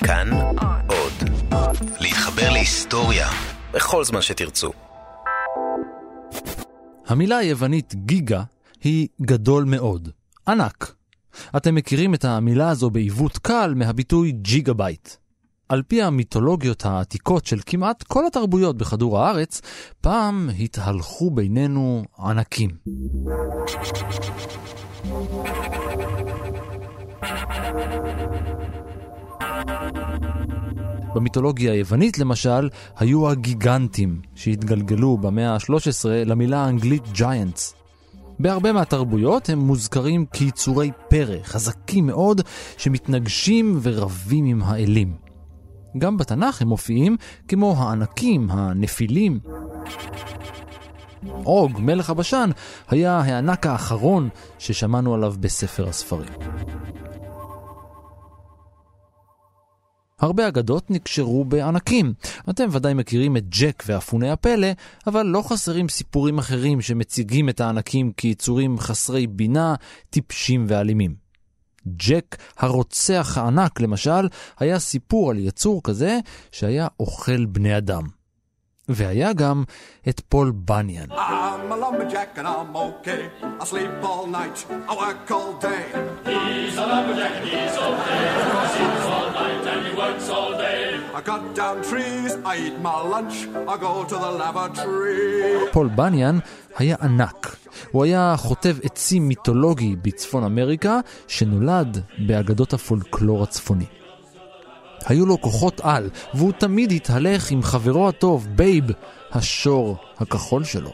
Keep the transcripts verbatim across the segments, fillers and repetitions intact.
כאן עוד. להתחבר להיסטוריה בכל זמן שתרצו. המילה היוונית גיגה היא גדול מאוד, ענק. אתם מכירים את המילה הזו בעיוות קל מהביטוי ג'יגה בייט. על פי המיתולוגיות העתיקות של כמעט כל התרבויות בכדור הארץ, פעם התהלכו בינינו ענקים. במיתולוגיה היוונית למשל, היו הגיגנטים שהתגלגלו במאה ה-שלוש עשרה למילה האנגלית giants. בהרבה מהתרבויות הם מוזכרים כיצורי פרא, חזקים מאוד, שמתנגשים ורבים עם האלים. גם בתנ"ך הם מופיעים כמו הענקים, הנפילים. אוג, מלך הבשן, היה הענק האחרון ששמענו עליו בספר הספרים. הרבה אגדות נקשרו בענקים. אתם ודאי מכירים את ג'ק ואפוני הפלא, אבל לא חסרים סיפורים אחרים שמציגים את הענקים כיצורים חסרי בינה, טיפשים ואלימים. ג'ק הרוצח הענק למשל היה סיפור על יצור כזה שהיה אוכל בני אדם. והיה גם את פול בניאן. I'm a lumberjack and I'm okay. I sleep all night, I work all day. He's a lumberjack and he's okay. He sleeps all night and he works all day. I cut down trees, I eat my lunch, I go to the lavatory. פול בניאן היה ענק. הוא היה חוטב עצים מיתולוגי בצפון אמריקה שנולד באגדות הפולקלור הצפוני. היו לו כוחות על, והוא תמיד התהלך עם חברו הטוב, בייב, השור הכחול שלו.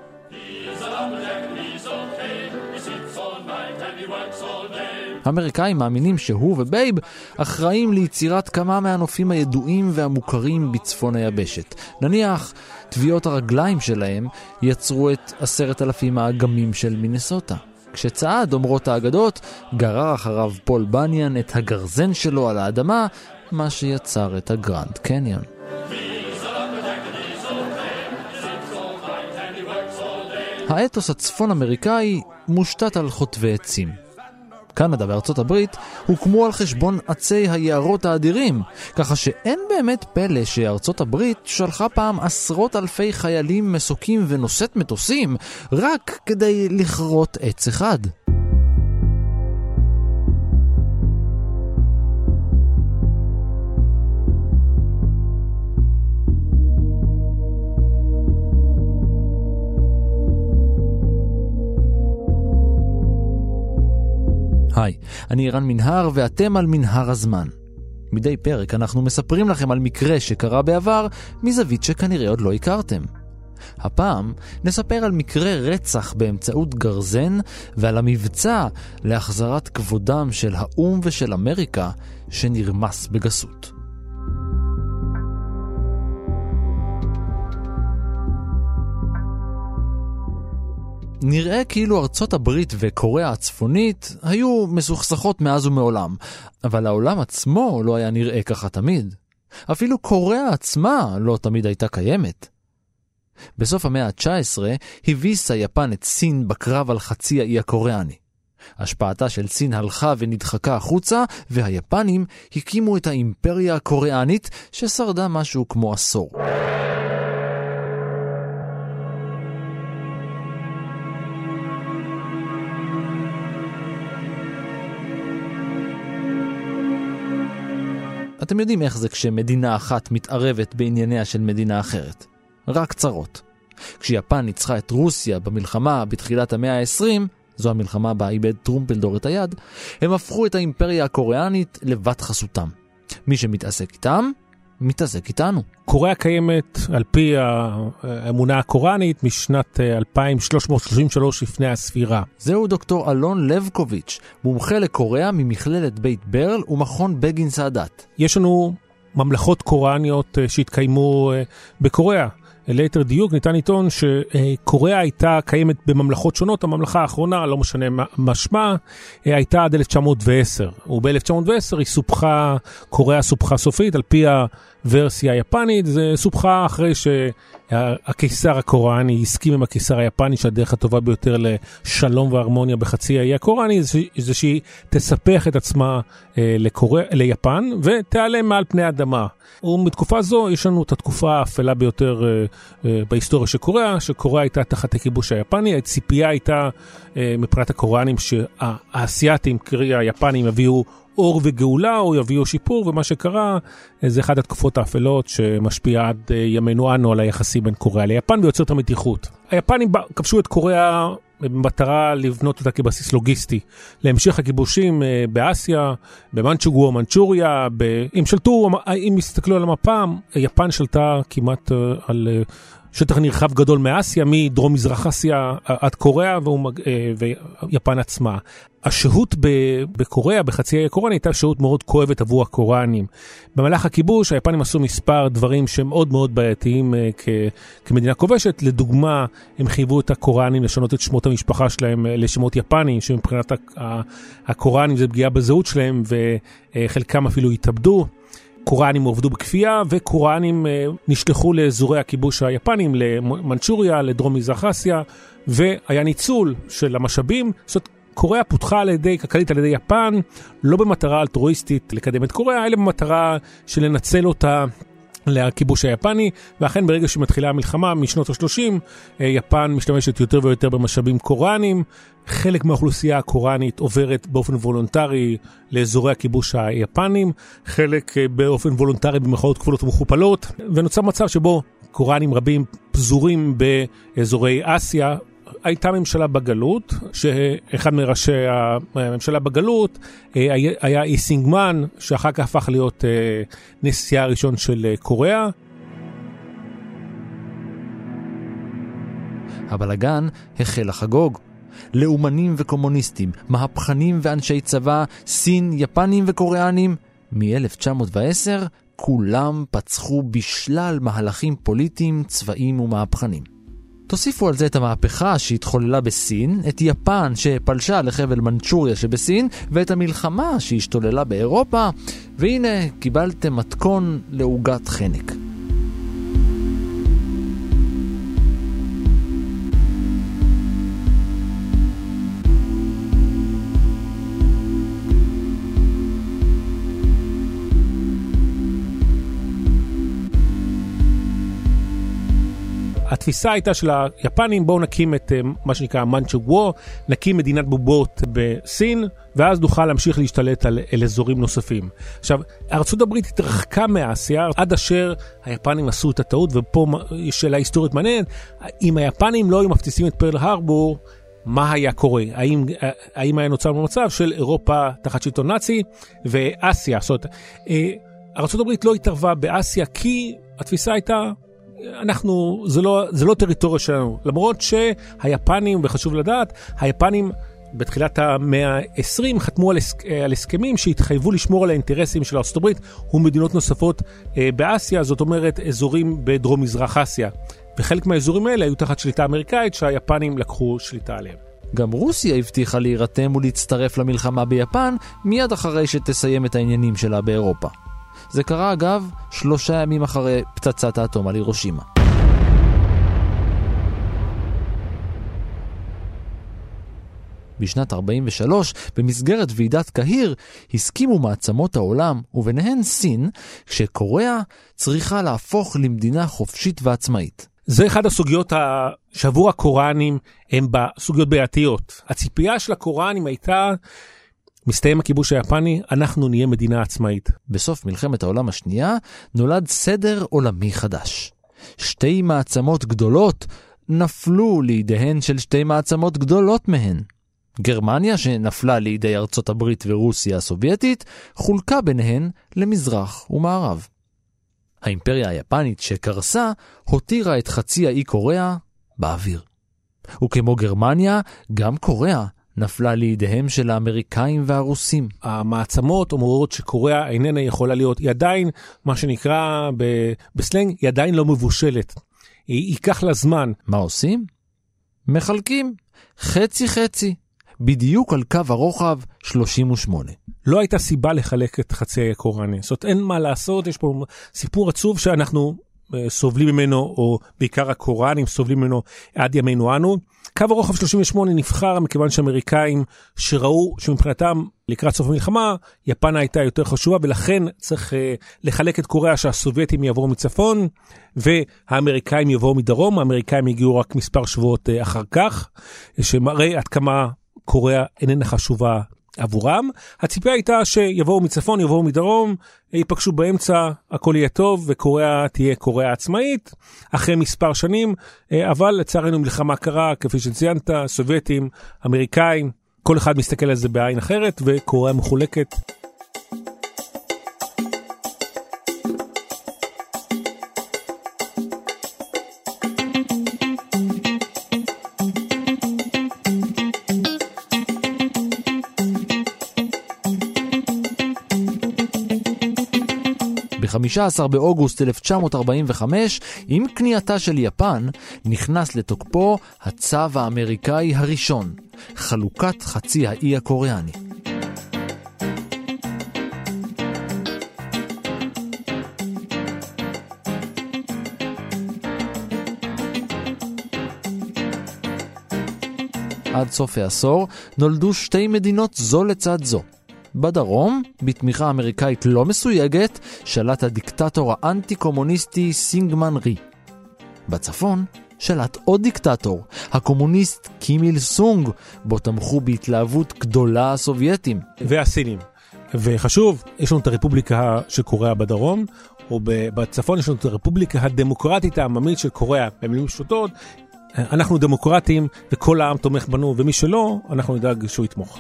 האמריקאים מאמינים שהוא ובייב אחראים ליצירת כמה מהנופים הידועים והמוכרים בצפון היבשת. נניח, טביעות הרגליים שלהם יצרו את עשרת אלפים האגמים של מינסוטה. כשצעד, אומרות האגדות, גרר אחריו פול בניאן את הגרזן שלו על האדמה, מה שיצר את הגרנד קניון. האתוס הצפון אמריקאי מושתת על חוטבי עצים. קנדה וארצות הברית הוקמו על חשבון עצי היערות האדירים, ככה שאין באמת פלא שארצות הברית שלחה פעם עשרות אלפי חיילים מסוקים ונושאת מטוסים רק כדי לכרות עץ אחד. היי, אני אירן מנהר ואתם על מנהר הזמן. מדי פרק אנחנו מספרים לכם על מקרה שקרה בעבר מזווית שכנראה עוד לא הכרתם. הפעם נספר על מקרה רצח באמצעות גרזן ועל המבצע להחזרת כבודם של האום ושל אמריקה שנרמס בגסות. נראה כאילו ארצות הברית וקוריאה הצפונית היו מסוכסכות מאז ומעולם, אבל העולם עצמו לא היה נראה ככה תמיד. אפילו קוריאה עצמה לא תמיד הייתה קיימת. בסוף המאה ה-תשע עשרה הביסה יפן את סין בקרב על חצי האי הקוריאני. השפעתה של סין הלכה ונדחקה החוצה, והיפנים הקימו את האימפריה הקוריאנית ששרדה משהו כמו עשור. אתם יודעים איך זה כשמדינה אחת מתערבת בענייניה של מדינה אחרת. רק צרות. כשיפן ניצחה את רוסיה במלחמה בתחילת המאה ה-עשרים, זו המלחמה בה איבד טרומפלדור את היד, הם הפכו את האימפריה הקוריאנית לבת חסותם. מי שמתעסק איתם, מתעסק איתנו. קוריאה קיימת על פי האמונה הקוראנית משנת אלפיים ושלוש מאות שלושים ושלוש לפני הספירה. זהו דוקטור אלון לבקוביץ', מומחה לקוריאה ממכללת בית ברל ומכון בגין סאדאת. יש לנו ממלכות קוריאניות שהתקיימו בקוריאה. ליתר דיוק ניתן לטעון שקוריאה הייתה קיימת בממלכות שונות, הממלכה האחרונה, לא משנה מה שמה, הייתה עד אלף תשע מאות ועשר, וב-אלף תשע מאות ועשר היא סופחה, קוריאה סופחה סופית על פי ורסיה יפנית, זה סופחה אחרי שהקיסר הקוריאני הסכים עם הקיסר היפני שהדרך הטובה ביותר לשלום והרמוניה בחצי האי הקוריאני זה שהיא תספח את עצמה לקורא, ליפן ותיעלם מעל פני האדמה. ומתקופה זו יש לנו את התקופה האפלה ביותר בהיסטוריה של קוריאה, שקוריאה הייתה תחת הכיבוש היפני, הציפייה הייתה מבחינת הקוריאנים שהאסייתים, קרי היפנים, יביאו אור וגאולה או יביאו שיפור, ומה שקרה זה אחד התקופות האפלות שמשפיע עד ימינו אנו על היחסים בין קוריאה ליפן ויוצר את המתיחות. היפנים כבשו את קוריאה במטרה לבנות אותה כבסיס לוגיסטי להמשך הכיבושים באסיה, במנצ'וגו, מנצ'וריה, ב... אם שלטו, אם הסתכלו על המפה, יפן שלטה כמעט על שטח נרחב גדול מאסיה, מדרום מזרח אסיה עד קוריאה ויפן עצמה. השהות בקוריאה, בחצי האי הקוריאני, הייתה שהות מאוד כואבת עבור הקוריאנים. במהלך הכיבוש, היפנים עשו מספר דברים שהם מאוד מאוד בעייתיים כמדינה כובשת. לדוגמה, הם חייבו את הקוריאנים לשנות את שמות המשפחה שלהם לשמות יפנים, שמבחינת הקוריאנים זה פגיעה בזהות שלהם, וחלקם אפילו התאבדו. קוריאנים עובדו בכפייה, וקוריאנים נשלחו לאזורי הכיבוש היפנים, למנצ'וריה, לדרום מזרח אסיה, והיה ניצול של המשאבים. זאת קוריאה פותחה על ידי, כלכלית על ידי יפן, לא במטרה אלטרואיסטית לקדם את קוריאה, אלא במטרה של לנצל אותה לכיבוש היפני, ואכן ברגע שמתחילה המלחמה משנות ה-שלושים, יפן משתמשת יותר ויותר במשאבים קוריאנים, חלק מהאוכלוסייה הקוריאנית עוברת באופן וולונטרי לאזורי הכיבוש היפנים, חלק באופן וולונטרי במחאות כפולות ומכופלות, ונוצר מצב שבו קוריאנים רבים פזורים באזורי אסיה. הייתה ממשלה בגלות, שאחד מראשי הממשלה בגלות היה איסינגמן, שאחר כך הפך להיות נשיאה הראשון של קוריאה. הבלגן החל לחגוג. לאומנים וקומוניסטים, מהפכנים ואנשי צבא, סין, יפנים וקוריאנים, מ-אלף תשע מאות ועשר כולם פצחו בשלל מהלכים פוליטיים, צבאיים ומהפכנים. תוסיפו על זה את המהפכה שהתחוללה בסין, את יפן שפלשה לחבל מנצ'וריה שבסין, ואת המלחמה שהשתוללה באירופה, והנה קיבלתם מתכון לעוגת חנק. התפיסה הייתה של היפנים, בואו נקים את מה שנקרא מנצ'וגו, נקים מדינת בובות בסין, ואז נוכל להמשיך להשתלט על, על אזורים נוספים. עכשיו, ארצות הברית התרחקה מאסיה, עד אשר היפנים עשו את הטעות, ופה יש שאלה היסטורית מעניינת, אם היפנים לא היו מפציצים את פרל הרבור, מה היה קורה? האם, האם היה נוצר במצב של אירופה תחת שלטון נאצי ואסיה? זאת אומרת, ארצות הברית לא התערבה באסיה, כי התפיסה הייתה, אנחנו, זה לא, זה לא טריטוריה שלנו. למרות שהיפנים, וחשוב לדעת, היפנים בתחילת המאה ה-עשרים חתמו על, הסק, על הסכמים שהתחייבו לשמור על האינטרסים של ארצות הברית ומדינות נוספות אה, באסיה, זאת אומרת אזורים בדרום מזרח אסיה. וחלק מהאזורים האלה היו תחת שליטה אמריקאית שהיפנים לקחו שליטה עליהם. גם רוסיה הבטיחה להירתם ולהצטרף למלחמה ביפן מיד אחרי שתסיים את העניינים שלה באירופה. זה קרה אגב שלושה ימים אחרי פצצת האטום על הירושימה. בשנת ארבעים ושלוש, במסגרת ועידת קהיר, הסכימו מעצמות העולם, וביניהן סין, שקוריאה צריכה להפוך למדינה חופשית ועצמאית. זה אחד הסוגיות שעבור הקוריאנים הם בסוגיות בעייתיות. הציפייה של הקוריאנים הייתה, מסתיים הכיבוש היפני, אנחנו נהיה מדינה עצמאית. בסוף מלחמת העולם השנייה נולד סדר עולמי חדש. שתי מעצמות גדולות נפלו לידיהן של שתי מעצמות גדולות מהן. גרמניה, שנפלה לידי ארצות הברית ורוסיה הסובייטית, חולקה ביניהן למזרח ומערב. האימפריה היפנית שקרסה הותירה את חצי האי קוריאה באוויר. וכמו גרמניה, גם קוריאה נפלה לידיהם של האמריקאים והרוסים. המעצמות אומרות שקוריאה איננה יכולה להיות, היא עדיין, מה שנקרא ב- בסלנג, היא עדיין לא מבושלת. היא ייקח לה זמן. מה עושים? מחלקים. חצי חצי. בדיוק על קו הרוחב שלושים ושמונה. לא הייתה סיבה לחלק את חצי האי הקוריאני. זאת אומרת, אין מה לעשות, יש פה סיפור עצוב שאנחנו סובלים ממנו, או בעיקר הקוריאנים סובלים ממנו עד ימינו אנו. קו הרוחב שלושים ושמונה נבחר מכיוון שאמריקאים שראו שמבחינתם לקראת סוף המלחמה, יפן הייתה יותר חשובה, ולכן צריך uh, לחלק את קוריאה שהסובייטים יבואו מצפון, והאמריקאים יבואו מדרום. האמריקאים הגיעו רק מספר שבועות uh, אחר כך, שמראה עד כמה קוריאה איננה חשובה עבורם. הציפייה הייתה שיבואו מצפון, יבואו מדרום, ייפגשו באמצע, הכל יהיה טוב, וקוריאה תהיה קוריאה עצמאית, אחרי מספר שנים, אבל לצערנו מלחמה קרה, כפי שציינת, סובייטים, אמריקאים, כל אחד מסתכל על זה בעין אחרת, וקוריאה מחולקת. ב-חמישה עשר באוגוסט אלף תשע מאות ארבעים וחמש, עם כניעתה של יפן, נכנס לתוקפו הצו האמריקאי הראשון, חלוקת חצי האי הקוריאני. עד סוף העשור נולדו שתי מדינות זו לצד זו. בדרום, בתמיכה אמריקאית לא מסויגת, שלט הדיקטטור האנטי-קומוניסטי סינגמן רי. בצפון, שלט עוד דיקטטור, הקומוניסט קים איל סונג, בו תמכו בהתלהבות גדולה הסובייטים. והסינים. וחשוב, יש לנו את הרפובליקה של קוריאה בדרום, או בצפון יש לנו את הרפובליקה הדמוקרטית העממית של קוריאה. במילים פשוטות, אנחנו דמוקרטים וכל העם תומך בנו, ומי שלא, אנחנו נדאג שהוא יתמוך.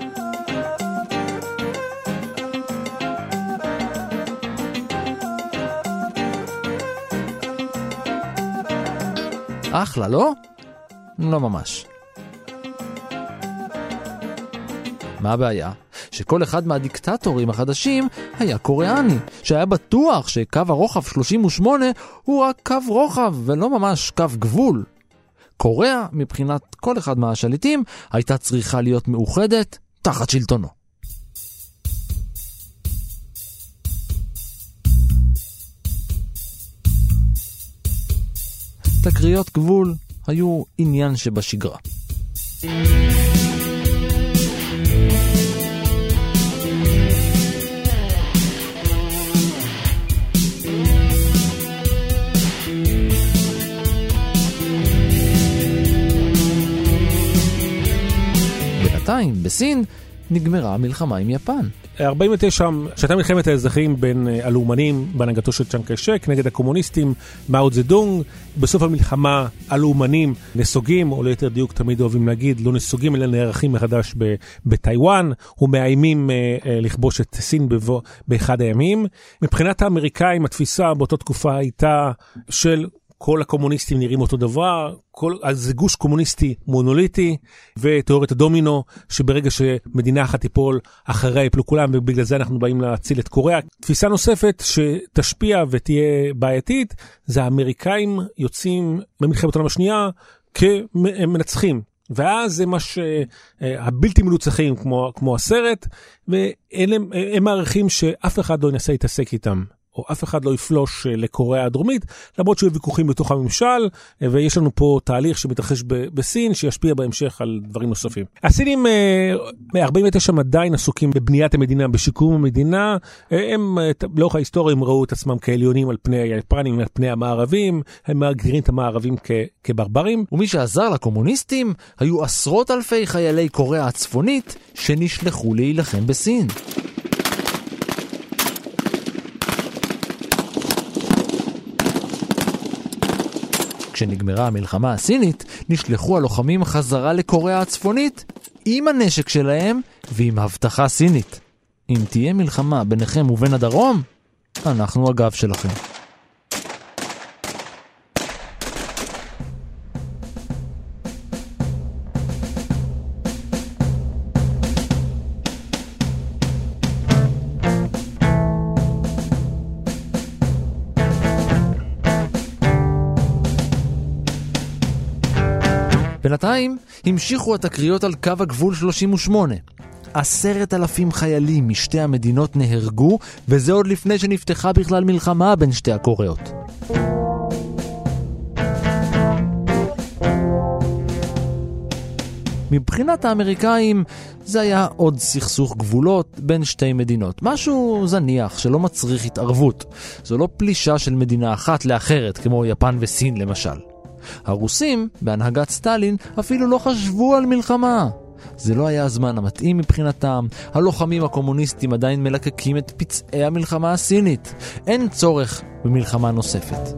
אחלה, לא? לא ממש. מה הבעיה? שכל אחד מהדיקטטורים החדשים היה קוריאני, שהיה בטוח שקו הרוחב שלושים ושמונה הוא רק קו רוחב ולא ממש קו גבול. קוריאה, מבחינת כל אחד מהשליטים, הייתה צריכה להיות מאוחדת תחת שלטונו. תקריות גבול היו עניין שבשגרה. בינתיים, בסין, נגמרה המלחמה עם יפן. ארבעים ותשע, שהייתה מלחמת האזרחים בין הלאומנים בהנהגתו של צ'אנג קאי שק נגד הקומוניסטים, מאו צדונג. בסוף המלחמה הלאומנים נסוגים, או ליתר דיוק תמיד אוהבים להגיד, לא נסוגים אלא נערכים מחדש בטיואן, ומאיימים לכבוש את סין בבוא, באחד הימים. מבחינת האמריקאים, התפיסה באותה תקופה הייתה של כל הקומוניסטים נראים אותו דבר, כל, אז זה גוש קומוניסטי מונוליטי, ותיאוריית הדומינו, שברגע שמדינה אחת תיפול, אחריה יפלו כולם, ובגלל זה אנחנו באים להציל את קוריאה. תפיסה נוספת שתשפיע ותהיה בעייתית, זה האמריקאים יוצאים במלחמת העולם השנייה כמנצחים. ואז זה מה שהבלתי מנוצחים כמו, כמו הסרט, והם מערכים שאף אחד לא ינסה להתעסק איתם. או אף אחד לא יפלוש לקוריאה הדרומית, למרות שיהיו ויכוחים בתוך הממשל, ויש לנו פה תהליך שמתרחש בסין, שישפיע בהמשך על דברים נוספים. הסינים מ-ארבעים ותשע עדיין עסוקים בבניית המדינה, בשיקום המדינה, הם לאורך ההיסטוריה הם ראו את עצמם כעליונים על פני היפנים, על פני המערבים, הם מגדירים את המערבים כ- כברברים. ומי שעזר לקומוניסטים היו עשרות אלפי חיילי קוריאה הצפונית שנשלחו להילחם בסין. כשנגמרה המלחמה הסינית, נשלחו הלוחמים חזרה לקוריאה הצפונית עם הנשק שלהם ועם הבטחה סינית. אם תהיה מלחמה ביניכם ובין הדרום, אנחנו הגב שלכם. בינתיים המשיכו התקריות על קו הגבול שלושים ושמונה. עשרת אלפים חיילים משתי המדינות נהרגו, וזה עוד לפני שנפתחה בכלל מלחמה בין שתי הקוריאות. מבחינת האמריקאים זה היה עוד סכסוך גבולות בין שתי מדינות, משהו זניח שלא מצריך התערבות. זו לא פלישה של מדינה אחת לאחרת כמו יפן וסין למשל. הרוסים בהנהגת סטלין אפילו לא חשבו על מלחמה. זה לא היה הזמן המתאים מבחינתם. הלוחמים הקומוניסטים עדיין מלקקים את פצעי המלחמה הסינית. אין צורך במלחמה נוספת.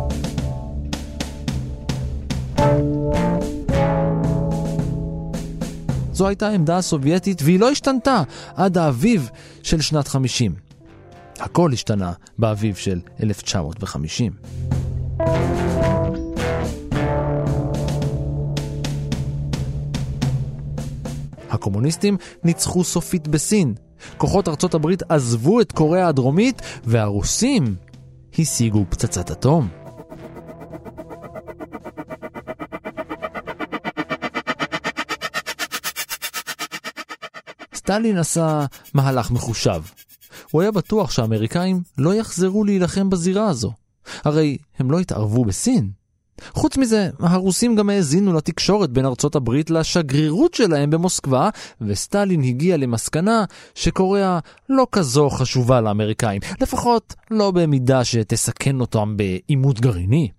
זו הייתה העמדה הסובייטית והיא לא השתנתה עד האביב של שנת חמישים. הכל השתנה באביב של אלף תשע מאות וחמישים. הקומוניסטים ניצחו סופית בסין. כוחות ארצות הברית עזבו את קוריאה הדרומית והרוסים השיגו פצצת אטום. סטלין עשה מהלך מחושב. הוא היה בטוח שהאמריקאים לא יחזרו להילחם בזירה הזו. הרי הם לא התערבו בסין. חוץ מזה, הרוסים גם האזינו לתקשורת בין ארצות הברית לשגרירות שלהם במוסקבה, וסטלין הגיע למסקנה שקוריאה לא כזו חשובה לאמריקאים, לפחות לא במידה שתסכן אותם בעימות גרעיני.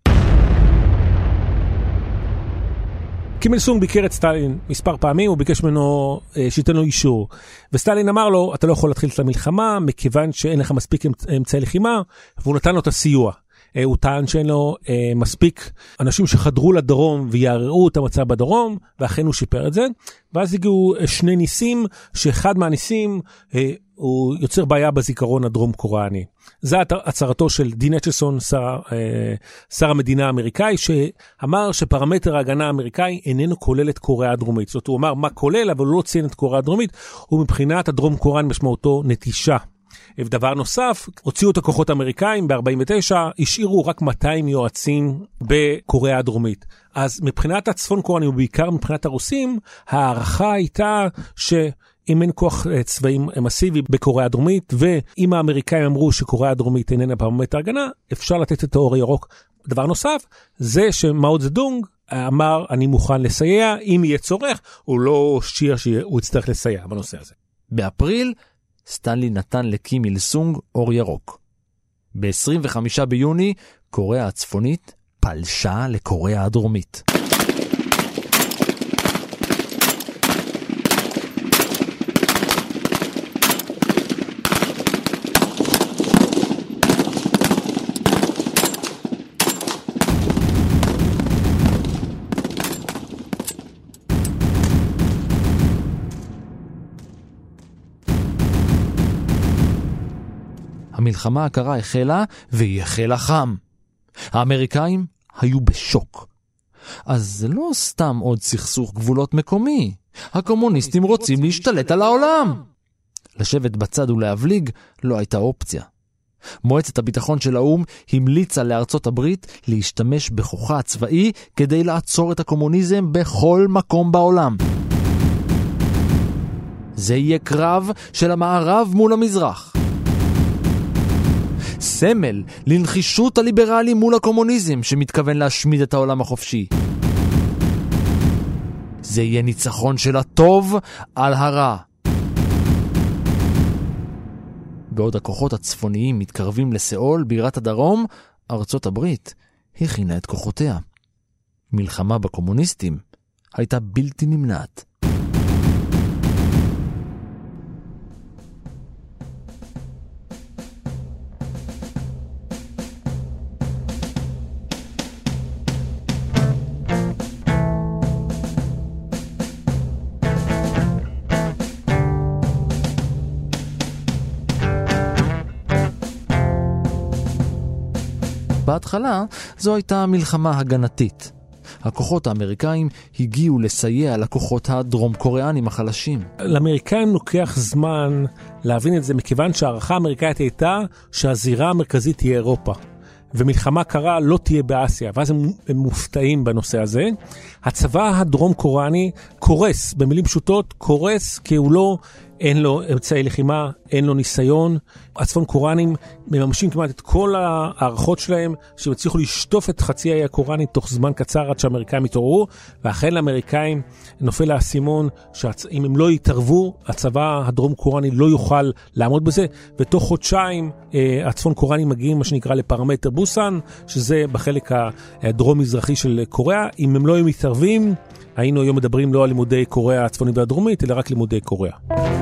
קים איל סונג ביקר את סטלין מספר פעמים, הוא ביקש ממנו שייתן לו אישור. וסטלין אמר לו, אתה לא יכול להתחיל את המלחמה, מכיוון שאין לך מספיק אמצעי לחימה, והוא נתן לו את הסיוע. הוא טען שאין לו מספיק אנשים שחדרו לדרום ויערערו את המצב בדרום, ואכן הוא שיפר את זה. ואז הגיעו שני ניסים, שאחד מהניסים הוא יוצר בעיה בזיכרון הדרום קוריאני. זה הצהרתו של דין אצ'סון, שר, שר המדינה האמריקאי, שאמר שפרמטר ההגנה האמריקאי איננו כולל את קוריאה הדרומית. זאת אומרת, הוא אמר מה כולל, אבל הוא לא ציין את קוריאה הדרומית, ומבחינת הדרום קוריאני משמעותו נטישה. ודבר נוסף, הוציאו את הכוחות האמריקאים ב-ארבעים ותשע, השאירו רק מאתיים יועצים בקוריאה הדרומית. אז מבחינת הצפון קוריאני, ובעיקר מבחינת הרוסים, הערכה הייתה שאם אין כוח צבאי מסיבי בקוריאה הדרומית, ואם האמריקאים אמרו שקוריאה הדרומית איננה פרמטר הגנה, אפשר לתת את האור הירוק. דבר נוסף, זה שמאו צדונג אמר, אני מוכן לסייע, אם יהיה צורך, הוא לא שיר שהוא יצטרך לסייע בנושא הזה. באפריל, סטלין נתן לקים איל סונג אור ירוק. ב-עשרים וחמישה ביוני, קוריאה הצפונית פלשה לקוריאה הדרומית. המלחמה הקרה החלה, והיא החלה חם. האמריקאים היו בשוק. אז זה לא סתם עוד סכסוך גבולות מקומי. הקומוניסטים רוצים להשתלט על העולם. לשבת בצד ולהבליג לא הייתה אופציה. מועצת הביטחון של האום המליצה לארצות הברית להשתמש בכוחה הצבאי כדי לעצור את הקומוניזם בכל מקום בעולם. זה יהיה קרב של המערב מול המזרח. סמל לנחישות הליברלים מול הקומוניזם שמתכוון להשמיד את העולם החופשי. זה יהיה ניצחון של הטוב על הרע. בעוד הכוחות הצפוניים מתקרבים לסאול, בירת הדרום, ארצות הברית הכינה את כוחותיה. מלחמה בקומוניסטים הייתה בלתי נמנעת. בהתחלה זו הייתה מלחמה הגנתית. הכוחות האמריקאים הגיעו לסייע לכוחות הדרום קוריאנים החלשים. לאמריקאים לוקח זמן להבין את זה, מכיוון שהערכה האמריקאית הייתה שהזירה המרכזית תהיה אירופה. ומלחמה קרה לא תהיה באסיה, ואז הם, הם מופתעים בנושא הזה. הצבא הדרום קוריאני קורס, במילים פשוטות, קורס כי הוא לא, אין לו אמצעי לחימה, אין לו ניסיון. הצפון קוריאנים מממשים כמעט את כל הערכות שלהם, שהם הצליחו לשטוף את חצי האי הקוריאני תוך זמן קצר עד שהאמריקאים התעוררו, ואכן לאמריקאים נופל האסימון שאם הם לא יתערבו, הצבא הדרום קוריאני לא יוכל לעמוד בזה, ותוך חודשיים הצפון קוריאנים מגיעים מה שנקרא לפרמטר בוסן, שזה בחלק הדרום-מזרחי של קוריאה. אם הם לא היו מתערבים, היינו היום מדברים לא על לימודי קוריאה הצפונית והדרומית, אלא רק לימודי קוריאה.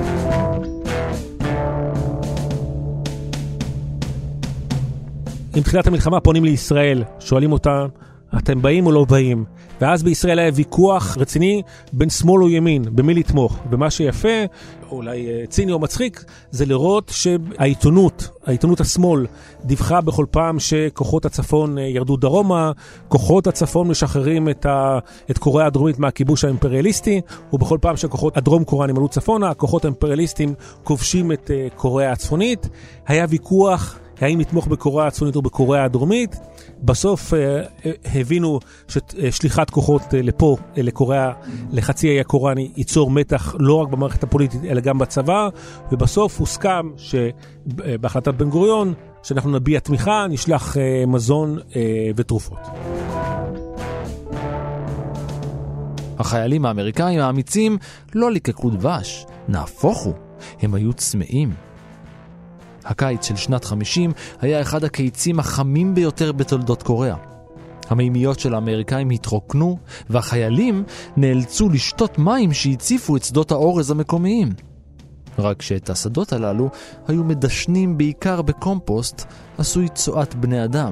עם תחילת המלחמה פונים לישראל, שואלים אותה, אתם באים או לא באים? ואז בישראל היה ויכוח רציני בין שמאל או ימין, במי לתמוך. ומה שיפה, אולי ציני או מצחיק, זה לראות שהעיתונות, העיתונות השמאל, דיווחה בכל פעם שכוחות הצפון ירדו דרומה, כוחות הצפון משחררים את, ה, את קוריאה הדרומית מהכיבוש האימפריאליסטי, ובכל פעם שכוחות הדרום קוריאנים עלו צפונה, הכוחות האימפריאליסטים כובשים את קוריאה הצפונית. היה ויכוח האם לתמוך בקוריאה הצפונית או בקוריאה הדרומית. בסוף אה, הבינו ששליחת כוחות אה, לפה, אה, לקוריאה, לחצי האי הקוריאני, ייצור מתח לא רק במערכת הפוליטית אלא גם בצבא, ובסוף הוסכם שבהחלטת בן גוריון שאנחנו נביע תמיכה, נשלח אה, מזון אה, ותרופות. החיילים האמריקאים האמיצים לא ליקקו דבש, נהפוך הוא, הם היו צמאים. הקיץ של שנת חמישים היה אחד הקיצים החמים ביותר בתולדות קוריאה. המימיות של האמריקאים התרוקנו, והחיילים נאלצו לשתות מים שהציפו את שדות האורז המקומיים. רק שאת השדות הללו היו מדשנים בעיקר בקומפוסט עשוי צואת בני אדם.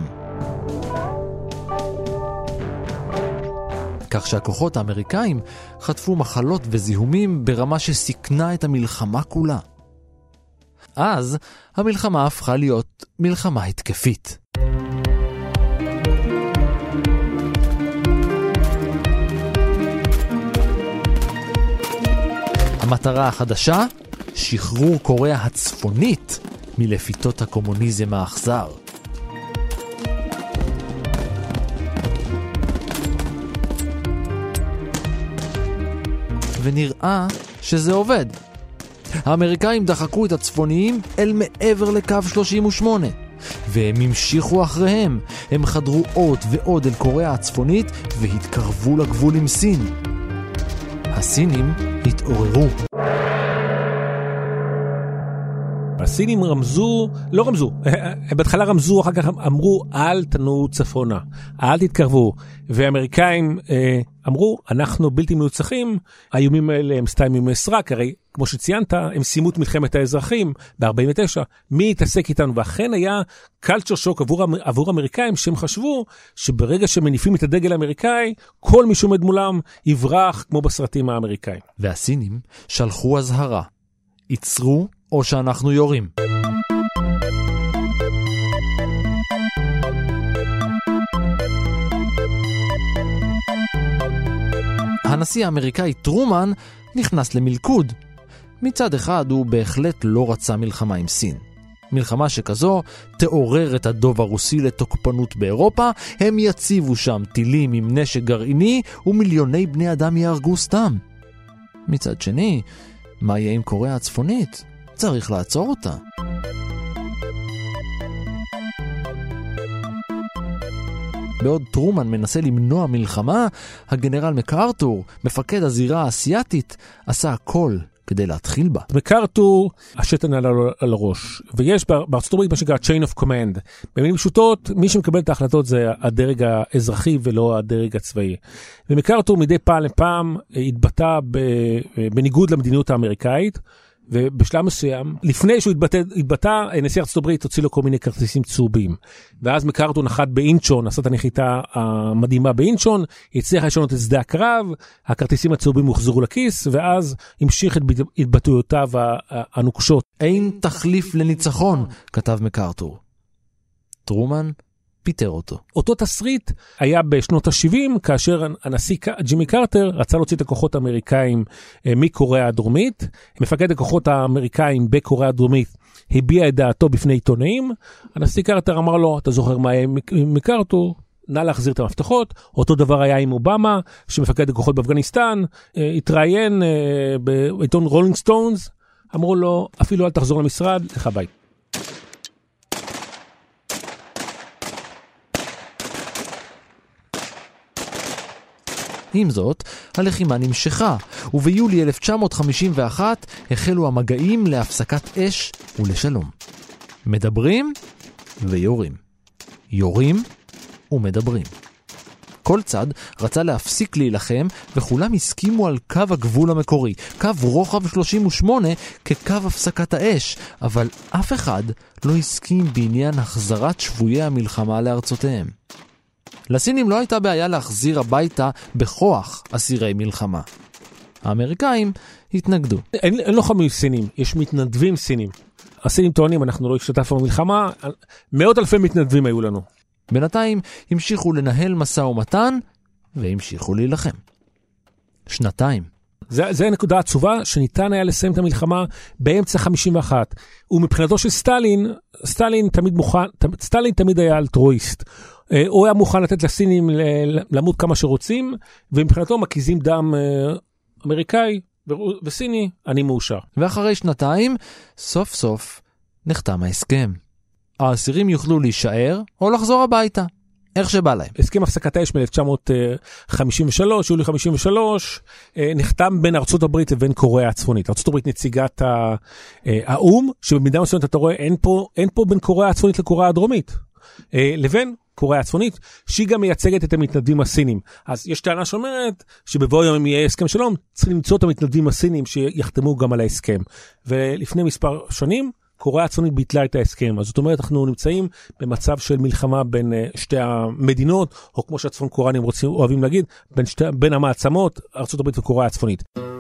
כך שהכוחות האמריקאים חטפו מחלות וזיהומים ברמה שסיכנה את המלחמה כולה. אז המלחמה הפכה להיות מלחמה התקפית. המטרה החדשה, שחרור קוריאה הצפונית מלפיתות הקומוניזם האכזר. ונראה שזה עובד. האמריקאים דחקו את הצפוניים אל מעבר לקו שלושים ושמונה, והם המשיכו אחריהם. הם חדרו עוד ועוד אל קוריאה הצפונית והתקרבו לגבול עם סין. הסינים התעוררו. הסינים רמזו, לא רמזו, בהתחלה רמזו, אחר כך אמרו, אל תנו צפונה, אל תתקרבו. והאמריקאים אה, אמרו, אנחנו בלתי מנוצחים, האיומים האלה הם סתם איומי סרק, הרי כמו שציינת, הם סיימו את מלחמת האזרחים ב-ארבעים ותשע, מי יתעסק איתנו? ואכן היה קלצ'ר שוק עבור, עבור אמריקאים, שהם חשבו שברגע שמניפים את הדגל האמריקאי, כל מי שעומד מולם יברח כמו בסרטים האמריקאים. והסינים שלחו הזהרה, יצרו או שאנחנו יורים. הנשיא האמריקאי טרומן נכנס למלכוד. מצד אחד הוא בהחלט לא רצה מלחמה עם סין. מלחמה שכזו תעורר את הדוב הרוסי לתוקפנות באירופה, הם יציבו שם טילים עם נשק גרעיני ומיליוני בני אדם יהרגו סתם. מצד שני, מה יהיה עם קוריאה הצפונית? צריך לעצור אותה. בעוד טרומן מנסה למנוע מלחמה, הגנרל מקארתור, מפקד הזירה האסייתית, עשה הכל כדי להתחיל בה. מקארתור, השטן על, על הראש, ויש בארצות הברית מה שנקרא chain of command. במילים פשוטות, מי שמקבל את ההחלטות זה הדרג האזרחי ולא הדרג הצבאי. ומקארתור מדי פעם לפעם התבטא בניגוד למדיניות האמריקאית, ובשלב מסוים, לפני שהוא התבטא, התבטא, נשיא ארצות הברית הוציא לו כל מיני כרטיסים צהובים. ואז מקארתור נחת באינצ'ון, עשה את הנחיתה המדהימה באינצ'ון, הצליח לשנות את שדה הקרב, הכרטיסים הצהובים הוחזרו לכיס, ואז המשיך את התבטאויותיו הנוקשות. אין תחליף לניצחון, כתב מקארתור. טרומן פיטר אותו. אותו תסריט היה בשנות ה-שבעים, כאשר הנשיא ג'ימי קרטר רצה להוציא את הכוחות האמריקאים מקוריאה הדרומית. מפקד הכוחות האמריקאים בקוריאה הדרומית הביע את דעתו בפני עיתונאים, הנשיא קרטר אמר לו, אתה זוכר מה היה מקרטור? נא להחזיר את המפתחות. אותו דבר היה עם אובמה, שמפקד הכוחות באפגניסטן, התראיין בעיתון רולינג סטונס, אמרו לו, אפילו אל תחזור למשרד, לך בית. עם זאת, הלחימה נמשכה, וביולי אלף תשע מאות חמישים ואחת החלו המגעים להפסקת אש ולשלום. מדברים ויורים. יורים ומדברים. כל צד רצה להפסיק להילחם, וכולם הסכימו על קו הגבול המקורי, קו רוחב שלושים ושמונה כקו הפסקת האש, אבל אף אחד לא הסכים בעניין החזרת שבויי המלחמה לארצותיהם. לסינים לא הייתה בעיה להחזיר הביתה בכוח אסירי מלחמה. האמריקאים התנגדו. אין, אין לוחמים סינים, יש מתנדבים סינים. הסינים טוענים, אנחנו לא השתתפנו במלחמה, מאות אלפי מתנדבים היו לנו. בינתיים המשיכו לנהל משא ומתן והמשיכו להילחם. שנתיים. זה, זה נקודה עצובה שניתן היה לסיים את המלחמה באמצע חמישים ואחת. ומבחינתו של סטלין, סטלין תמיד מוכן, סטלין תמיד היה אלטרואיסט. הוא היה מוכן לתת לסינים למות כמה שרוצים, ומבחינתו מקיזים דם אמריקאי וסיני, אני מאושר. ואחרי שנתיים, סוף סוף נחתם ההסכם. האסירים יוכלו להישאר או לחזור הביתה, איך שבא להם. הסכם הפסקת האש מ-אלף תשע מאות חמישים ושלוש, יולי חמישים ושלוש, נחתם בין ארצות הברית לבין קוריאה הצפונית. ארצות הברית נציגת האום, שבמידה מסוימת אתה רואה, אין פה, אין פה בין קוריאה הצפונית לקוריאה הדרומית, לבין קוריאה הצפונית, שהיא גם מייצגת את המתנדבים הסינים. אז יש טענה שאומרת שבבוא יום אם יהיה הסכם שלום, צריכים למצוא את המתנדבים הסינים שיחתמו גם על ההסכם. ולפני מספר שנים, קוריאה הצפונית ביטלה את ההסכם. אז זאת אומרת, אנחנו נמצאים במצב של מלחמה בין שתי המדינות, או כמו שהצפון קוריאנים רוצים, אוהבים להגיד, בין, שתי, בין המעצמות, ארצות הברית וקוריאה הצפונית.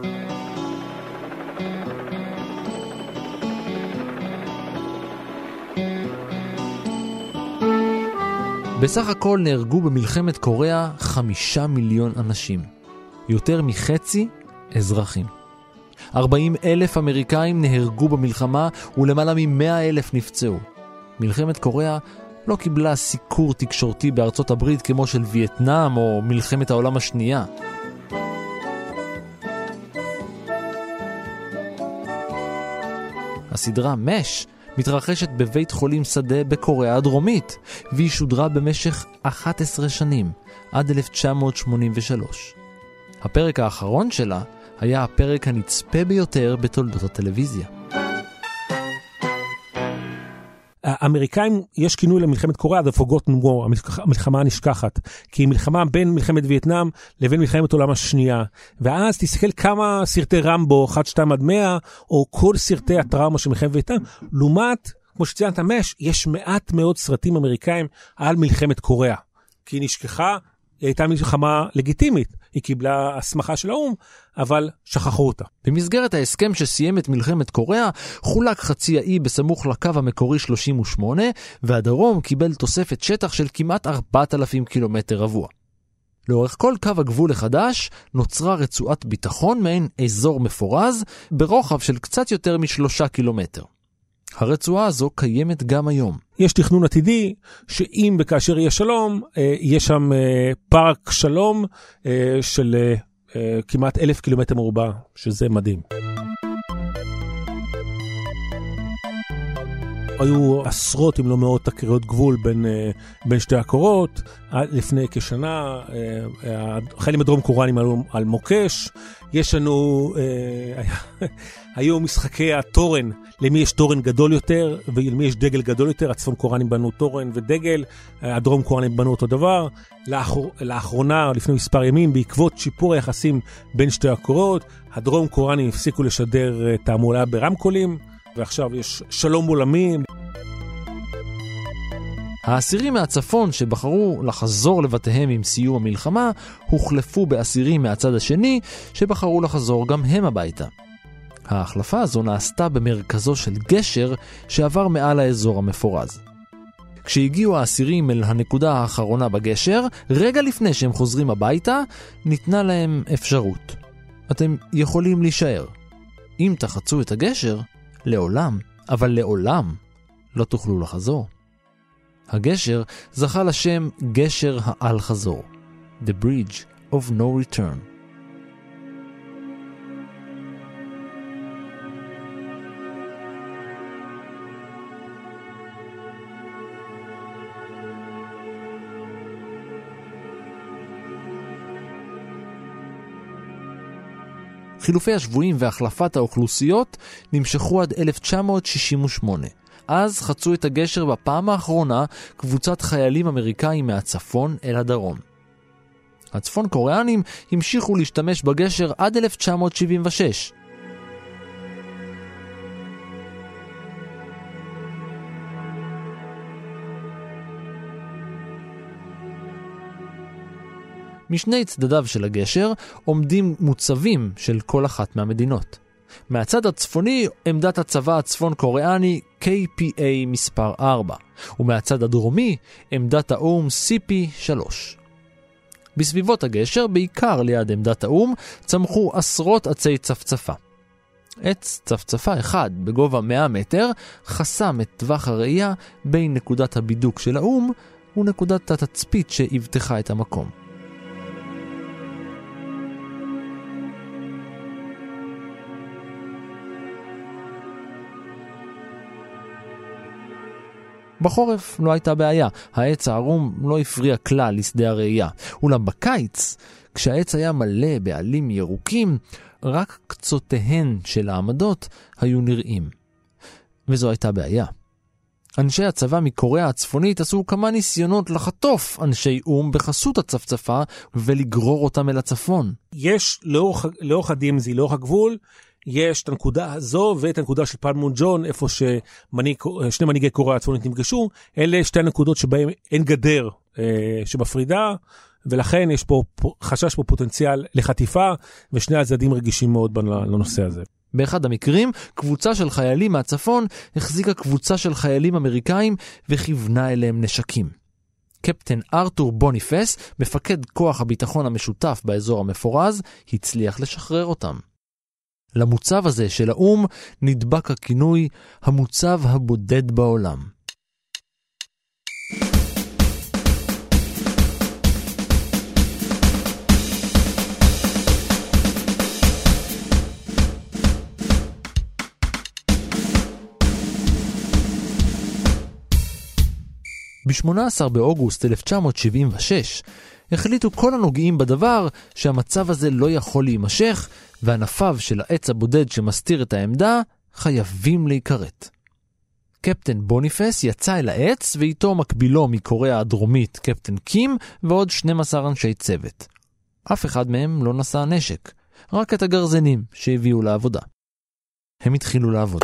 בסך הכל נהרגו במלחמת קוריאה חמישה מיליון אנשים. יותר מחצי אזרחים. ארבעים אלף אמריקאים נהרגו במלחמה ולמעלה מ-מאה אלף נפצעו. מלחמת קוריאה לא קיבלה סיקור תקשורתי בארצות הברית כמו של וייטנאם או מלחמת העולם השנייה. הסדרה מש מתרחשת בבית חולים שדה בקוריאה הדרומית, והיא שודרה במשך אחת עשרה שנים, עד אלף תשע מאות שמונים ושלוש. הפרק האחרון שלה היה הפרק הנצפה ביותר בתולדות הטלוויזיה. האמריקאים, יש כינוי למלחמת קוריאה, The Forgotten War, המלחמה הנשכחת, כי היא מלחמה בין מלחמת וייטנאם לבין מלחמת העולם השנייה. ואז תסתכל כמה סרטי רמבו, אחת, שתיים עד מאה, או כל סרטי הטראומה של מלחמת וייטנאם, לעומת, כמו שציינת מש, יש מעט מאוד סרטים אמריקאים על מלחמת קוריאה. כי היא נשכחה, היא הייתה מלחמה לגיטימית, היא קיבלה הסמכה של האום, אבל שכחו אותה. במסגרת ההסכם שסיים את מלחמת קוריאה, חולק חצי האי בסמוך לקו המקורי שלושים ושמונה, והדרום קיבל תוספת שטח של כמעט ארבעת אלפים קילומטר רבוע. לאורך כל קו הגבול החדש, נוצרה רצועת ביטחון מעין אזור מפורז, ברוחב של קצת יותר משלושה קילומטר. הרצועה הזו קיימת גם היום. יש תכנון עתידי, שאם וכאשר יהיה שלום, יש שם פארק שלום של כמעט אלף קילומטר מרובע, שזה מדהים. היו עשרות אם לא מאות תקריות גבול בין, בין שתי הקורות. לפני כשנה, החיילים הדרום קוריאנים עלו על מוקש. יש לנו, היו משחקי התורן, למי יש תורן גדול יותר ולמי יש דגל גדול יותר. הצפון קוריאנים בנו תורן ודגל, הדרום קוריאנים בנו אותו דבר. לאחר, לאחרונה, לפני מספר ימים, בעקבות שיפור היחסים בין שתי הקורות, הדרום קוריאנים הפסיקו לשדר תעמולה ברמקולים, ועכשיו יש שלום עולמי. האסירים מהצפון שבחרו לחזור לבתיהם עם סיום המלחמה, הוחלפו באסירים מהצד השני שבחרו לחזור גם הם הביתה. ההחלפה הזו נעשתה במרכזו של גשר שעבר מעל האזור המפורז. כשהגיעו האסירים אל הנקודה האחרונה בגשר, רגע לפני שהם חוזרים הביתה, ניתנה להם אפשרות. אתם יכולים להישאר. אם תחצו את הגשר, לעולם אבל לעולם לא תוכלו לחזור. הגשר זכה לשם גשר העל חזור, The Bridge of No Return. חילופי השבויים והחלפת האוכלוסיות נמשכו עד אלף תשע מאות שישים ושמונה. אז חצו את הגשר בפעם האחרונה קבוצת חיילים אמריקאים מהצפון אל הדרום. הצפון קוריאנים המשיכו להשתמש בגשר עד אלף תשע מאות שבעים ושש. משני צדדיו של הגשר עומדים מוצבים של כל אחת מהמדינות. מהצד הצפוני עמדת הצבא הצפון קוריאני קיי פי איי מספר ארבע, ומהצד הדרומי עמדת האום סי פי שלוש. בסביבות הגשר, בעיקר ליד עמדת האום, צמחו עשרות עצי צפצפה. עץ צפצפה אחד בגובה מאה מטר חסם את טווח הראייה בין נקודת הבידוק של האום ונקודת התצפית שהבטחה את המקום. בחורף לא הייתה בעיה, העץ הערום לא הפריע כלל לשדה הראייה. אולם בקיץ, כשהעץ היה מלא בעלים ירוקים, רק קצותיהן של העמדות היו נראים. וזו הייתה בעיה. אנשי הצבא מקוריאה הצפונית עשו כמה ניסיונות לחטוף אנשי אום בחסות הצפצפה ולגרור אותם אל הצפון. יש לאורך, לאורך ה-די אם זי, לאורך הגבול, יש את הנקודה הזו ואת הנקודה של פנמונג'ון, איפה שמניג, שני מנהיגי קוריאה הצפונית נפגשו. אלה שתי הנקודות שבהם אין גדר אה, שמפרידה, ולכן יש פה חשש פה פוטנציאל לחטיפה, ושני הצדדים רגישים מאוד לנושא הזה. באחד המקרים, קבוצה של חיילים מהצפון החזיקה קבוצה של חיילים אמריקאים וכיוונה אליהם נשקים. קפטן ארתור בוניפס, מפקד כוח הביטחון המשותף באזור המפורז, הצליח לשחרר אותם. למוצב הזה של האום נדבק הכינוי המוצב הבודד בעולם. ב-שמונה עשר באוגוסט אלף תשע מאות שבעים ושש החליטו כל הנוגעים בדבר שהמצב הזה לא יכול להימשך, וענפיו של העץ הבודד שמסתיר את העמדה חייבים להיקרט. קפטן בוניפס יצא אל העץ, ואיתו מקבילו מקוריאה הדרומית קפטן קים ועוד שנים עשר אנשי צוות. אף אחד מהם לא נשא נשק, רק את הגרזנים שהביאו לעבודה. הם התחילו לעבוד.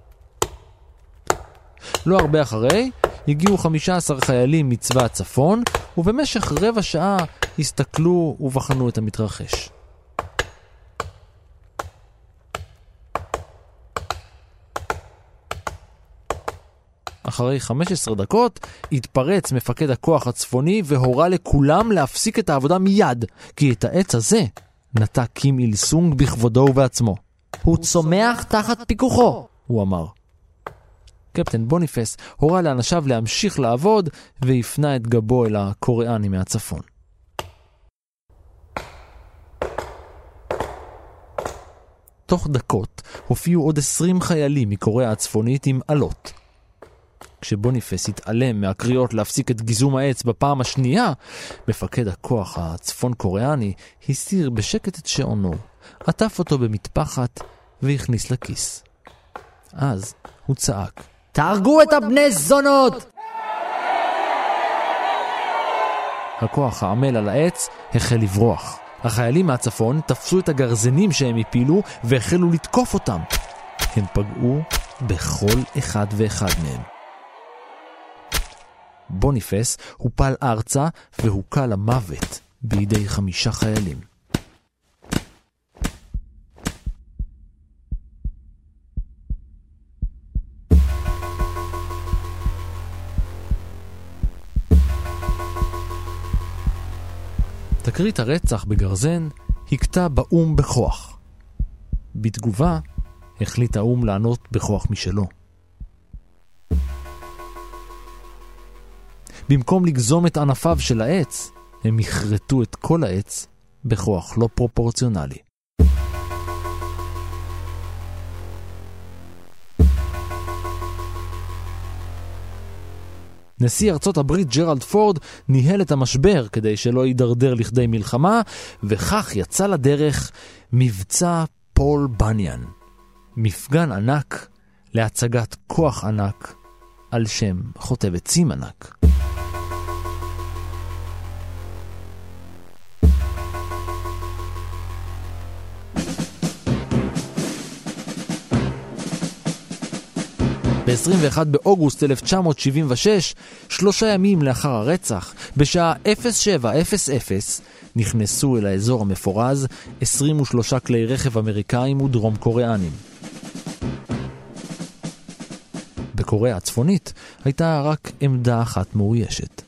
לא הרבה אחרי הגיעו חמישה עשר חיילים מצבא הצפון, ובמשך רבע שעה הסתכלו ובחנו את המתרחש. אחרי חמש עשרה דקות התפרץ מפקד הכוח הצפוני והורה לכולם להפסיק את העבודה מיד, כי את העץ הזה נטע קים איל סונג בכבודו ובעצמו. הוא צומח תחת פיקוחו, הוא אמר. קפטן בוניפס הורה לאנשיו להמשיך לעבוד והפנה את גבו אל הקוריאני מהצפון. תוך דקות הופיעו עוד עשרים חיילים מקוריאה הצפונית עם עלות. כשבוניפס התעלם מהקריאות להפסיק את גיזום העץ בפעם השנייה, מפקד הכוח הצפון קוריאני הסיר בשקט את שעונו, עטף אותו במטפחת והכניס לכיס. אז הוא צעק, תהרגו את הבני זונות! הכוח העמל על העץ החל לברוח. החיילים מהצפון תפסו את הגרזנים שהם הפילו והחלו לתקוף אותם. הם פגעו בכל אחד ואחד מהם. בוניפס הופל ארצה והוקע למוות בידי חמישה חיילים. תקרית הרצח בגרזן הכתה באום בכוח. בתגובה החליט האום לענות בכוח משלו. במקום לגזום את ענפיו של העץ, הם יחרטו את כל העץ בכוח לא פרופורציונלי. נשיא ארצות הברית ג'רלד פורד ניהל את המשבר כדי שלא יידרדר לכדי מלחמה, וכך יצא לדרך מבצע פול בניאן. מפגן ענק להצגת כוח ענק על שם חוטב עצים ענק. ב-עשרים ואחד באוגוסט אלף תשע מאות שבעים ושש, שלושה ימים לאחר הרצח, בשעה אפס שבע אפס אפס, נכנסו אל האזור המפורז עשרים ושלושה כלי רכב אמריקאים ודרום קוריאנים. בקוריאה הצפונית הייתה רק עמדה אחת מאוישת.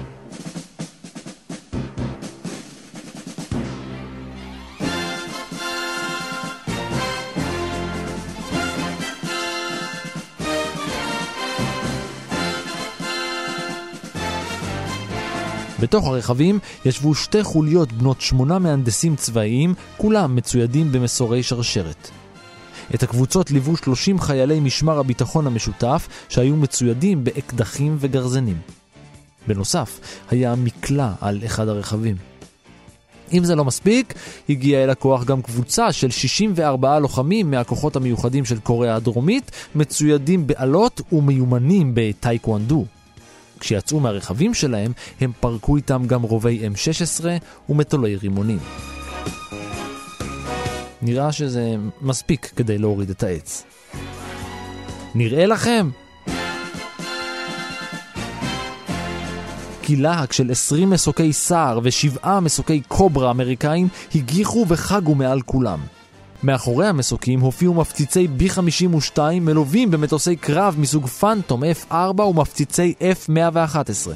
בתוך הרכבים ישבו שתי חוליות בנות שמונה מהנדסים צבאיים, כולם מצוידים במסורי שרשרת. את הקבוצות ליוו שלושים חיילי משמר הביטחון המשותף שהיו מצוידים באקדחים וגרזנים. בנוסף, היה מקלע על אחד הרכבים. אם זה לא מספיק, הגיעה אל הכוח גם קבוצה של שישים וארבעה לוחמים מהכוחות המיוחדים של קוריאה הדרומית, מצוידים בעלות ומיומנים בטייקוונדו. כשיצאו מהרכבים שלהם, הם פרקו איתם גם רובי אם שש עשרה ומטולי רימונים. נראה שזה מספיק כדי להוריד את העץ. נראה לכם? כי להק של עשרים מסוקי סער ושבעה מסוקי קוברה אמריקאים הגיחו וחגו מעל כולם. מאחורי המסוקים הופיעו מפציצי בי חמישים ושתיים מלווים במטוסי קרב מסוג פנטום אף ארבע ומפציצי אף מאה ואחת עשרה.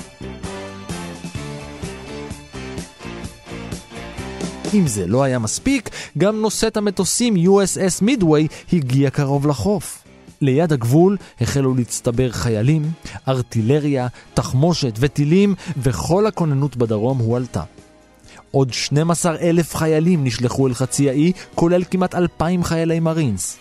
אם זה לא היה מספיק, גם נושאת המטוסים יו אס אס מידווי הגיע קרוב לחוף. ליד הגבול החלו להצטבר חיילים, ארטילריה, תחמושת וטילים, וכל הכוננות בדרום הועלתה. עוד שנים עשר אלף חיילים נשלחו אל חצי האי, כולל כמעט אלפיים חיילי מרינס.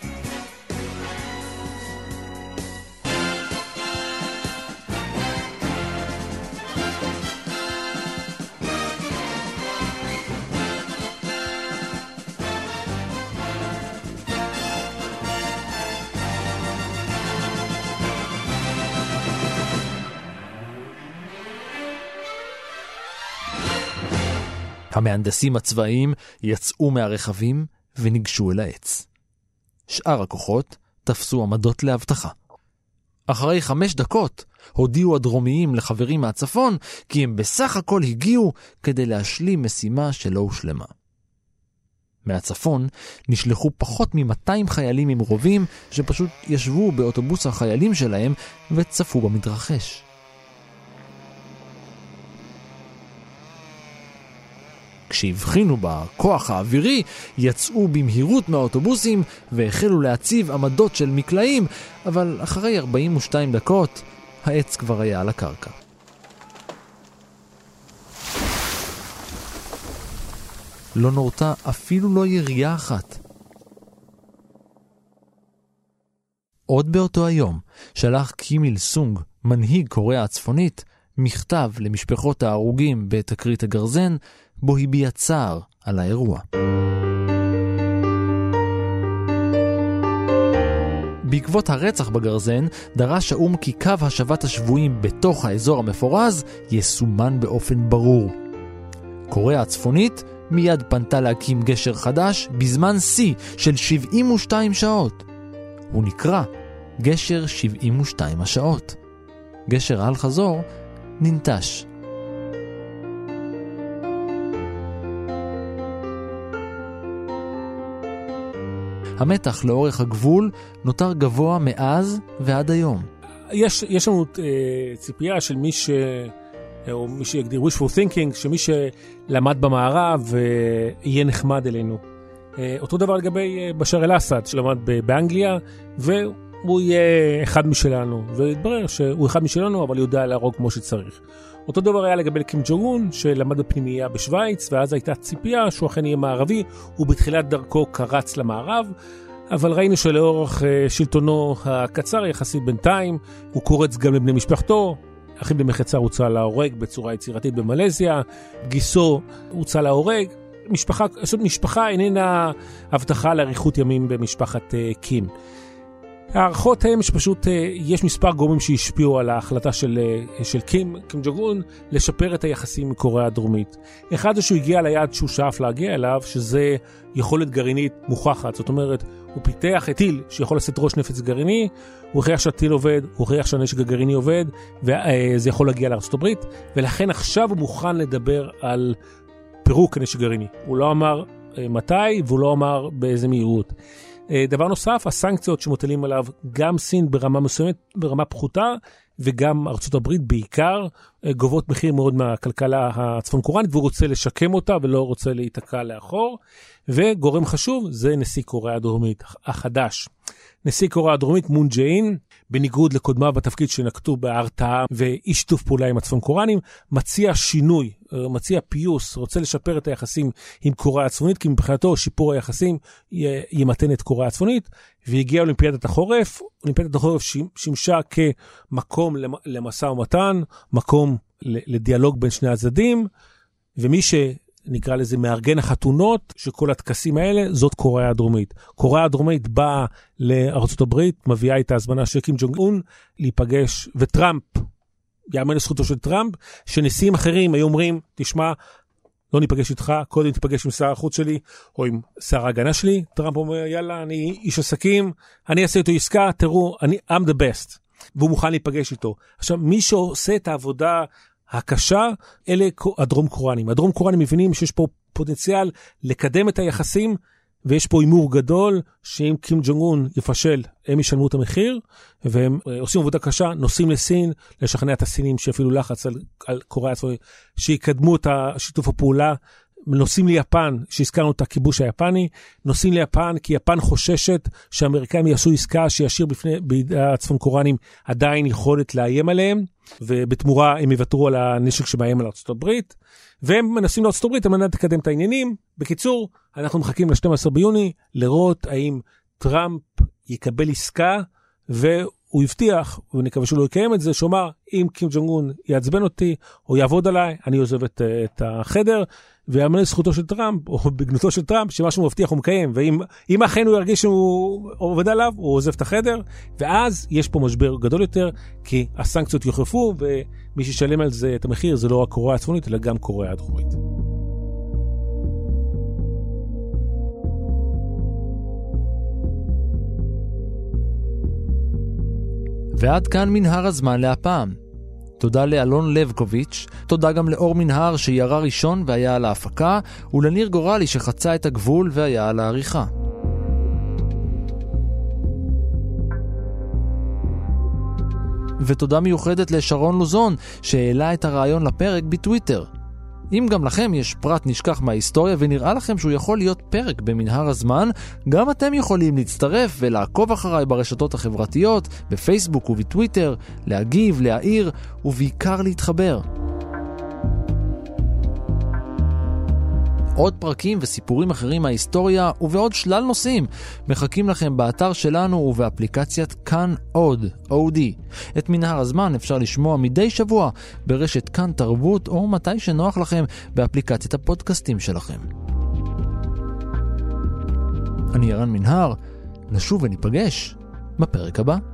המהנדסים הצבאיים יצאו מהרכבים וניגשו אל העץ. שאר הכוחות תפסו עמדות להבטחה. אחרי חמש דקות הודיעו הדרומיים לחברים מהצפון כי הם בסך הכל הגיעו כדי להשלים משימה שלא הושלמה. מהצפון נשלחו פחות מ-מאתיים חיילים עם רובים שפשוט ישבו באוטובוס החיילים שלהם וצפו במתרחש. כשהבחינו בכוח האווירי, יצאו במהירות מהאוטובוסים והחלו להציב עמדות של מקלעים, אבל אחרי ארבעים ושתיים דקות, העץ כבר היה על הקרקע. לא נורתה אפילו לא ירייה אחת. עוד באותו היום שלח קים איל סונג, מנהיג קוריאה הצפונית, מכתב למשפחות ההרוגים בתקרית הגרזן, בו הביע צער על האירוע. בעקבות הרצח בגרזן, דרש האום כי קו השבת השבויים בתוך האזור המפורז יסומן באופן ברור. קוריאה הצפונית מיד פנתה להקים גשר חדש בזמן שיא של שבעים ושתיים שעות. הוא נקרא גשר שבעים ושתיים השעות. גשר על חזור ננטש. המתח לאורך הגבול נותר גבוה מאז ועד היום. יש, יש לנו uh, ציפייה של מי ש... או מי שיגדיר wishful thinking, שמי שלמד במערב uh, יהיה נחמד אלינו. Uh, אותו דבר לגבי uh, בשאר אל-אסד, שלמד באנגליה, והוא הוא יהיה אחד משלנו, והתברר שהוא אחד משלנו, אבל יודע להרוג כמו שצריך. אותו דבר היה לגבי קים ג'ונג און, שלמד בפנימייה בשוויץ, ואז הייתה ציפייה שהוא אכן יהיה מערבי, הוא בתחילת דרכו קרץ למערב, אבל ראינו שלאורך שלטונו הקצר יחסית בינתיים, הוא קורץ גם לבני משפחתו, אחים במחצה הוצא להורג בצורה יצירתית במלזיה, גיסו הוצא להורג, משפחה, משפחה איננה הבטחה לאריכות ימים במשפחת קים. הערכות הן שפשוט יש מספר גורמים שהשפיעו על ההחלטה של, של קים, קים ג'ונג און, לשפר את היחסים עם קוריאה הדרומית. אחד זה שהוא הגיע ליעד שהוא שאף להגיע אליו, שזה יכולת גרעינית מוכחת. זאת אומרת, הוא פיתח את טיל שיכול לשאת ראש נפץ גרעיני, הוא הכריח שהטיל עובד, הוא הכריח שהנשק הגרעיני עובד, וזה יכול להגיע לארצות הברית, ולכן עכשיו הוא מוכן לדבר על פירוק הנשק גרעיני. הוא לא אמר מתי, והוא לא אמר באיזה מהירות. דבר נוסף, הסנקציות שמוטלים עליו, גם סין ברמה מסוימת, ברמה פחותה, וגם ארצות הברית בעיקר, גובות מחיר מאוד מהכלכלה הצפון קוריאנית, והוא רוצה לשקם אותה ולא רוצה להתקע לאחור. וגורם חשוב, זה נשיא קוריאה הדרומית החדש. נשיא קוריאה הדרומית מון ג'אין, בניגוד לקודמיו בתפקיד שנקטו בהרתעה ואישטוף פעולה עם הצפון קוריאנים, מציע שינוי, מציע פיוס, רוצה לשפר את היחסים עם קוריאה הצפונית, כי מבחינתו שיפור היחסים ימתן את קוריאה הצפונית, והגיע אולימפיאדת החורף, אולימפיאדת החורף שימשה כמקום למשא ומתן, מקום לדיאלוג בין שני הצדדים, ומי ש... נקרא לזה מארגן החתונות, שכל הטקסים האלה, זאת קוריאה הדרומית. קוריאה הדרומית באה לארצות הברית, מביאה את ההזמנה של קים ג'ונג און, להיפגש, וטראמפ, יאמן לזכותו של טראמפ, שנשיאים אחרים היו אומרים, תשמע, לא ניפגש איתך, קודם תיפגש עם שר החוץ שלי, או עם שר ההגנה שלי. טראמפ אומר, יאללה, אני איש עסקים, אני אעשה איתו עסקה, תראו, אני, I'm the best. והוא מוכן להיפגש איתו. עכשיו, מי שעושה את העבודה הקשה, אלה הדרום קוריאנים. הדרום קוריאנים מבינים שיש פה פוטנציאל לקדם את היחסים, ויש פה אימור גדול, שאם קים ג'ונג און יפשל, הם ישלמו את המחיר, והם עושים עבודה קשה, נוסעים לסין, לשכנע את הסינים שאפילו לחץ על, על קוריאה הצפונית, שיקדמו את שיתוף הפעולה, נוסעים ליפן, שהזכרנו את הכיבוש היפני, נוסעים ליפן כי יפן חוששת שהאמריקאים יעשו עסקה שישאיר בפני בידי הצפון קוריאנים עדיין יכולת לאיים עליהם, ובתמורה הם יוותרו על הנשק שמאיים על ארצות הברית, והם מנסים לארצות הברית על מנת לקדם את העניינים. בקיצור, אנחנו מחכים ל-שנים עשר ביוני לראות האם טראמפ יקבל עסקה, והוא הבטיח, ונקווה שהוא לא יקיים את זה, שאומר, אם קים ג'ונג און יעצבן אותי, או יעבוד עליי, אני עוזב את, את החדר, ויאמן לזכותו של טראמפ, או בגנותו של טראמפ, שמה שהוא מבטיח הוא מקיים, ואם אכן הוא ירגיש שהוא עובד עליו, הוא עוזב את החדר, ואז יש פה משבר גדול יותר, כי הסנקציות יוחרפו, ומי שישלם על זה את המחיר, זה לא רק קוריאה הצפונית, אלא גם קוריאה הדרומית. ועד כאן מנהר הזמן להפעם. תודה לאלון לבקוביץ', תודה גם לאור מנהר שירה ראשון והיה על ההפקה, ולניר גורלי שחצה את הגבול והיה על העריכה. ותודה מיוחדת לשרון לוזון שהעלה את הרעיון לפרק בטוויטר. אם גם לכם יש פרט נשכח מההיסטוריה ונראה לכם שהוא יכול להיות פרק במנהר הזמן, גם אתם יכולים להצטרף ולעקוב אחריי ברשתות החברתיות, בפייסבוק ובטוויטר, להגיב, להעיר ובעיקר להתחבר. עוד פרקים וסיפורים אחרים מההיסטוריה ובעוד שלל נושאים מחכים לכם באתר שלנו ובאפליקציית כאן עוד, או די. את מנהר הזמן אפשר לשמוע מדי שבוע ברשת כאן תרבות או מתי שנוח לכם באפליקציית הפודקאסטים שלכם. אני ירן מנהר, נשוב וניפגש בפרק הבא.